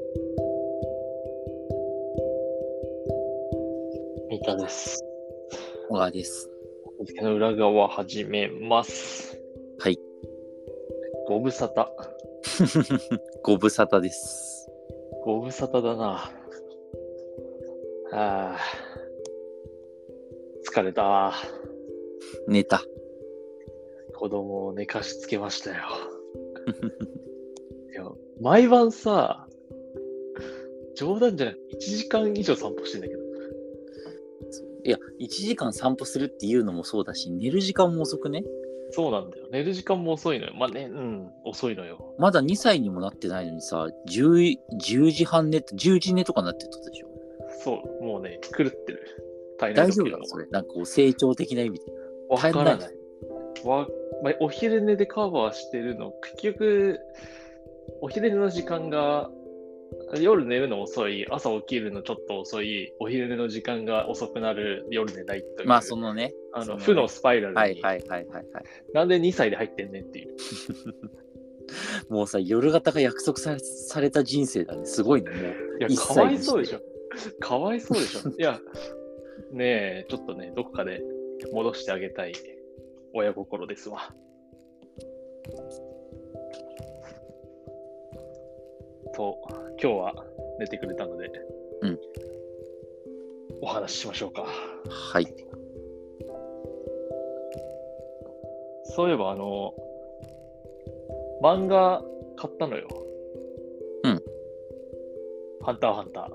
三田です。 小川です。 付の裏側始めます。 はい。 ご無沙汰。 ご無沙汰です。 ご無沙汰だな。疲れた。 寝た。 子供を寝かしつけましたよ。いや、毎晩さ、冗談じゃなくて1時間以上散歩してんだけど。 いや、1時間散歩するっていうのもそうだし、寝る時間も遅くね。 そうなんだよ。寝る時間も遅いのよ。まあね、遅いのよ。 まだ2歳にもなってないのにさ、10時半寝て、10時寝とかなってたでしょ。 そう、もうね、狂ってる。体内大時計も。 丈夫だそれ。なんかこう成長的な意味で。 わからない。お昼寝でカバーしてるの、結局、お昼寝の時間が、夜寝るの遅い、朝起きるのちょっと遅い、お昼寝の時間が遅くなる、夜寝ないという、 まあそのね、 負のスパイラルに、 はいはい。 なんで2歳で入ってんねんっていう。 もうさ、夜型が約束された人生だね。すごいね、もう。 いや、かわいそうでしょ。かわいそうでしょ。いや、ねえ、ちょっとね、どこかで戻してあげたい親心ですわ。と、今日は寝てくれたので、お話ししましょうか。 はい。 そういえば漫画買ったのよ。ハンターハンタ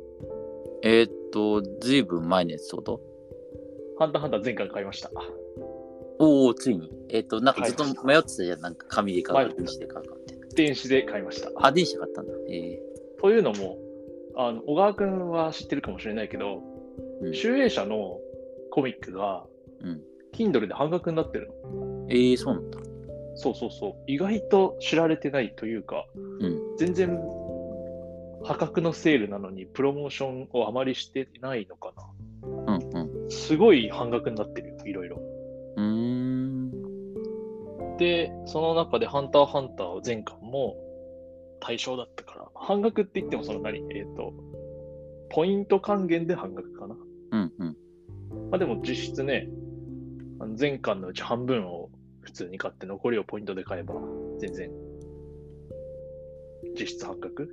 ー。 ずいぶん前のやつってこと？ ハンターハンター前回買いました。 おー、ついに。なんかずっと迷ってたじゃん。なんか紙で買うか電子で買うかみたいな。 電子で買いました。 あ、電子で買ったんだ。 というのも、小川くんは知ってるかもしれないけど、集英社のコミックが、Kindle で半額になってるの。そうなんだ。 そう。意外と知られてないというか、全然破格のセールなのにプロモーションをあまりしてないのかな。すごい半額になってるよ、いろいろ。で、その中でハンターハンター前巻も対象だったから、半額って言ってもそのポイント還元で半額かな。まあでも実質ね、前巻のうち半分を普通に買って残りをポイントで買えば全然実質半額。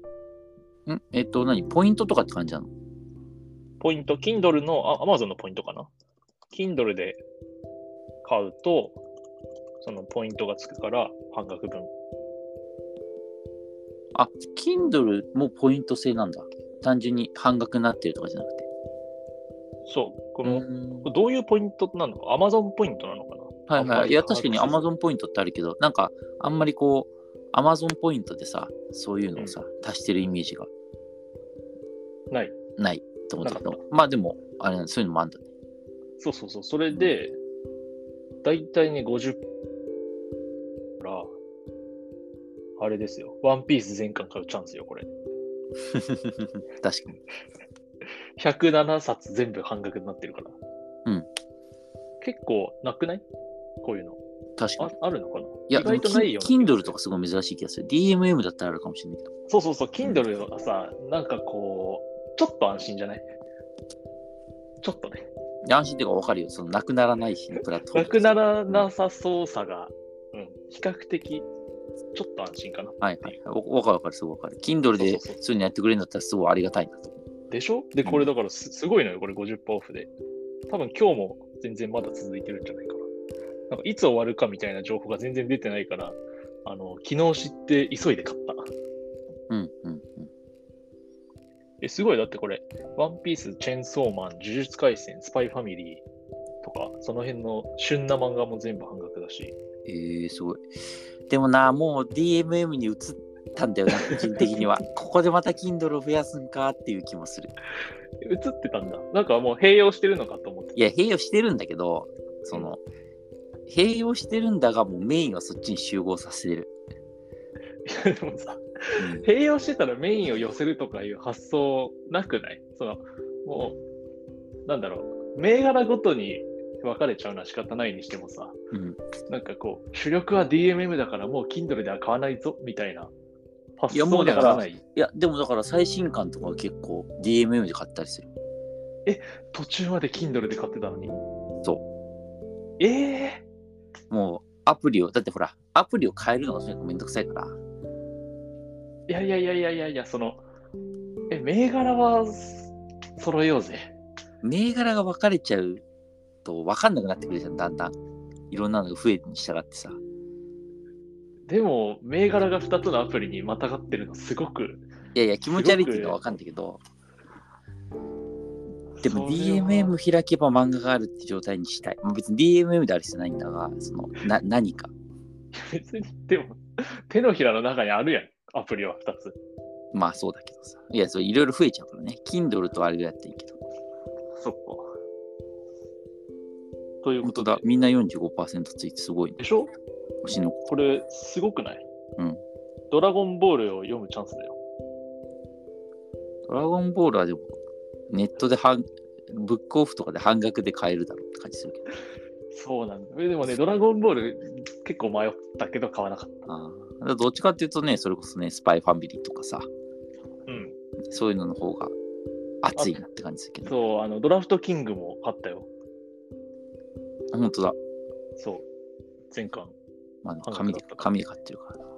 ポイントとかって感じなの？ ポイント、Kindle の、Amazon のポイントかな。Kindle で買うと、そのポイントがつくから半額分。 あ、Kindle もポイント制なんだ。単純に半額になってるとかじゃなくて。 そう。どういうポイントなのか Amazon ポイントなのかな。 はい。いや、確かに Amazon ポイントってあるけど、なんか、あんまりこう、Amazon ポイントでさ、そういうのをさ、足してるイメージがないと思ったけど、まあでも、あれなんそういうのもあるんだね。 そう。それで、だいたいね、50から、あれですよ。ワンピース全巻買うチャンスよ、これ。 確かに。 107冊全部半額になってるから。結構なくないこういうの。 確かに。 あるのかな。 いや、 意外とないよ。 Kindle とかすごい珍しい気がする。DMM だったらあるかもしれないけど。そう。Kindle はさ、なんかこう、ちょっと安心じゃない？ちょっとね。 安心っていうか分かるよ。そのなくならないし、プラットフォーム。 なくならなさそうさが、比較的、ちょっと安心かな。 はい。分かる、すごい分かる。Kindle でそういうのやってくれるんだったらすごいありがたいなと。 でしょ？で、これだからすごいのよ、これ 50% オフで。多分今日も全然まだ続いてるんじゃないかな。なんかいつ終わるかみたいな情報が全然出てないから、昨日知って急いで買った。すごい、だってこれ、ワンピース、チェンソーマン、呪術廻戦、スパイファミリーとか、その辺の旬な漫画も全部半額だし。 すごい。でもな、もう DMM に移ったんだよな、個人的には。ここでまた Kindle を増やすんかっていう気もする。 移ってたんだ。なんかもう併用してるのかと思って。 いや、併用してるんだけど、併用してるんだが、もうメインはそっちに集合させる。 いや、でもさ、併用してたらメインを寄せるとかいう発想なくない？もう、なんだろう、銘柄ごとに分かれちゃうのは仕方ないにしてもさ、なんかこう、主力は DMM だからもう Kindle では買わないぞみたいな発想にはならない。 いや、でもだから最新刊とかは結構 DMM で買ったりする。 途中まで Kindle で買ってたのに。 そもうアプリを、だってほら、アプリを変えるのがとにかくめんどくさいから。 いや、銘柄は揃えようぜ。 銘柄が分かれちゃうと分かんなくなってくるじゃん、だんだん。いろんなのが増えるに従ってさ。 でも、銘柄が2つのアプリにまたがってるのすごく。 いやいや、気持ち悪いっていうのは分かんないけど、でも DMM 開けば漫画があるって状態にしたい。別に DMM である必要ないんだが、何か。 別に、でも、手のひらの中にあるやん、アプリは2つ。 まあそうだけどさ。いや、それいろいろ増えちゃうからね。Kindle とあれぐらいやっていいけど。 そっか。ということだ、みんな 45% ついてすごいね。 でしょ？ 星のこれ、すごくない？ うん。 ドラゴンボールを読むチャンスだよ。 ドラゴンボールはでも、ネットでブックオフとかで半額で買えるだろうって感じするけど。 そうなんだ。でもね、ドラゴンボール結構迷ったけど買わなかった。 どっちかっていうとね、それこそね、スパイファミリーとかさ、そういうのの方が熱いなって感じするけど。 そう、ドラフトキングも買ったよ。 本当だ。 そう。前巻。 まあ、紙で買ってるからな。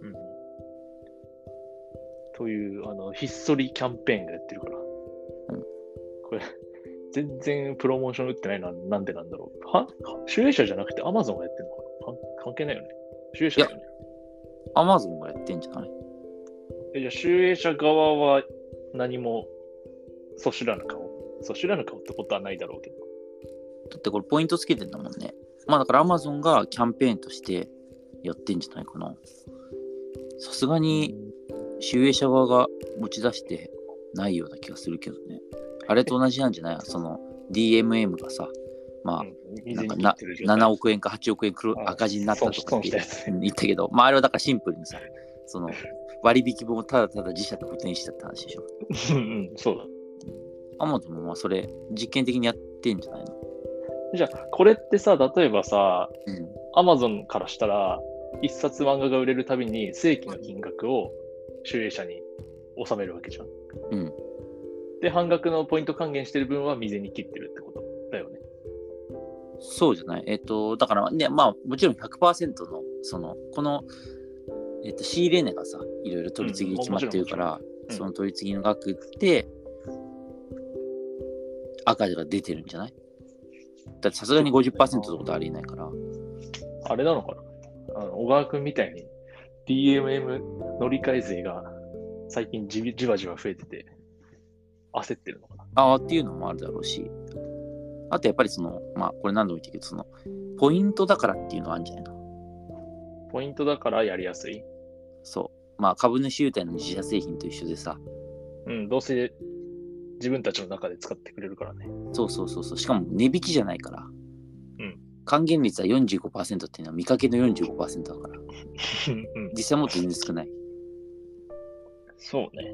という、ひっそりキャンペーンがやってるから。これ、全然プロモーション打ってないのはなんでなんだろう。集英社じゃなくて Amazon がやってるのかな？関係ないよね。集英社だよね。 Amazon がやってんじゃない？ じゃあ、集英社側は何もそしらぬ顔ってことはないだろうけど。 だってこれポイントつけてんだもんね。まあだから Amazon がキャンペーンとしてやってんじゃないかな。さすがに集英社側が持ち出してないような気がするけどね。あれと同じなんじゃない？その DMM がさ、まあ、なんか7億円か8億円赤字になったとかって言ったけど、まああれはだからシンプルにさ、その割引分をただただ自社で補填したって話でしょ。 そうだ。 Amazon もまあそれ実験的にやってんじゃないの？ じゃあ、これってさ、例えばさ、Amazon からしたら、一冊漫画が売れるたびに正規の金額を集英社に納めるわけじゃん。で、半額のポイント還元してる分は未然に切ってるってことだよね。 そうじゃない。だからね、まあ、もちろん 100% の、この、仕入れ値がさ、いろいろ取り次ぎ決まってるから、その取り次ぎの額って、赤字が出てるんじゃない？だってさすがに 50% ってことはありえないから。 あれなのかな？小川くんみたいに DMM 乗り換え税が最近じわじわ増えてて焦ってるのかな？ っていうのもあるだろうし、あとやっぱりまあこれ何度も言ってるけど、ポイントだからっていうのはあるんじゃないの？ ポイントだからやりやすい？ そう。まあ株主優待の自社製品と一緒でさ。 どうせ自分たちの中で使ってくれるからね。 そう。しかも値引きじゃないから。還元率は 45% っていうのは見かけの 45% だから。実際もっと全然少ない。 そうね。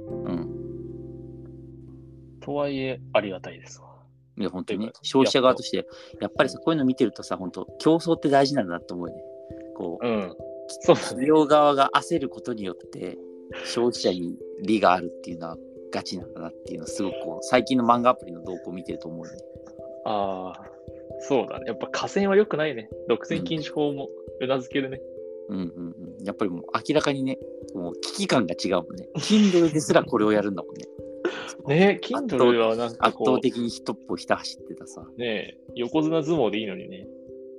とはいえ、ありがたいですわ。 いや、本当にね、消費者側として、やっぱりさ、こういうの見てるとさ、本当競争って大事なんだと思うよね。 そうだね。 企業側が焦ることによって、消費者に利があるっていうのはガチなんだなっていうのは、すごく最近の漫画アプリの動向を見てると思うよね。 そうだね。やっぱ河川は良くないね。独占禁止法もうなずけるね。 やっぱりもう明らかにね、もう危機感が違うもんね。Kindle ですらこれをやるんだもんね。 ねえ、Kindle はなんか圧倒的に一歩ひた走ってたさ。 ねえ、横綱相撲でいいのにね。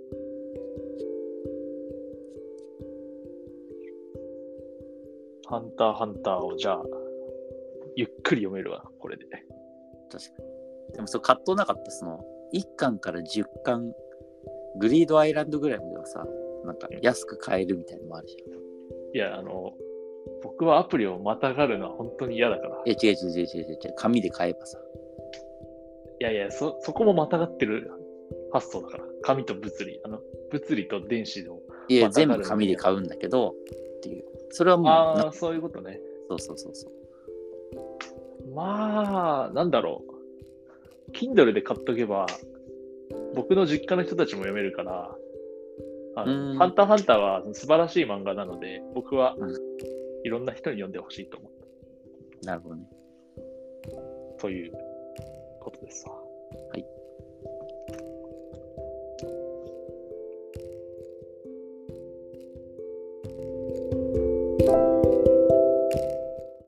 ハンターハンターをじゃあ、ゆっくり読めるわ、これで。 確かに。でも葛藤なかった、1巻から10巻、グリードアイランドぐらいまではさ、なんか安く買えるみたいなのもあるじゃん。 いや、僕はアプリをまたがるのは本当に嫌だから。 違う。紙で買えばさ。 いや、そこもまたがってる発想だから。紙と物理。物理と電子の。 いや、全部紙で買うんだけど、っていう。それはもう。そういうことね。 そう。 まあ、なんだろう。Kindle で買っとけば、僕の実家の人たちも読めるから、ハンターハンターは素晴らしい漫画なので、僕はいろんな人に読んでほしいと思っなるほどね。 たということですわ。 はい。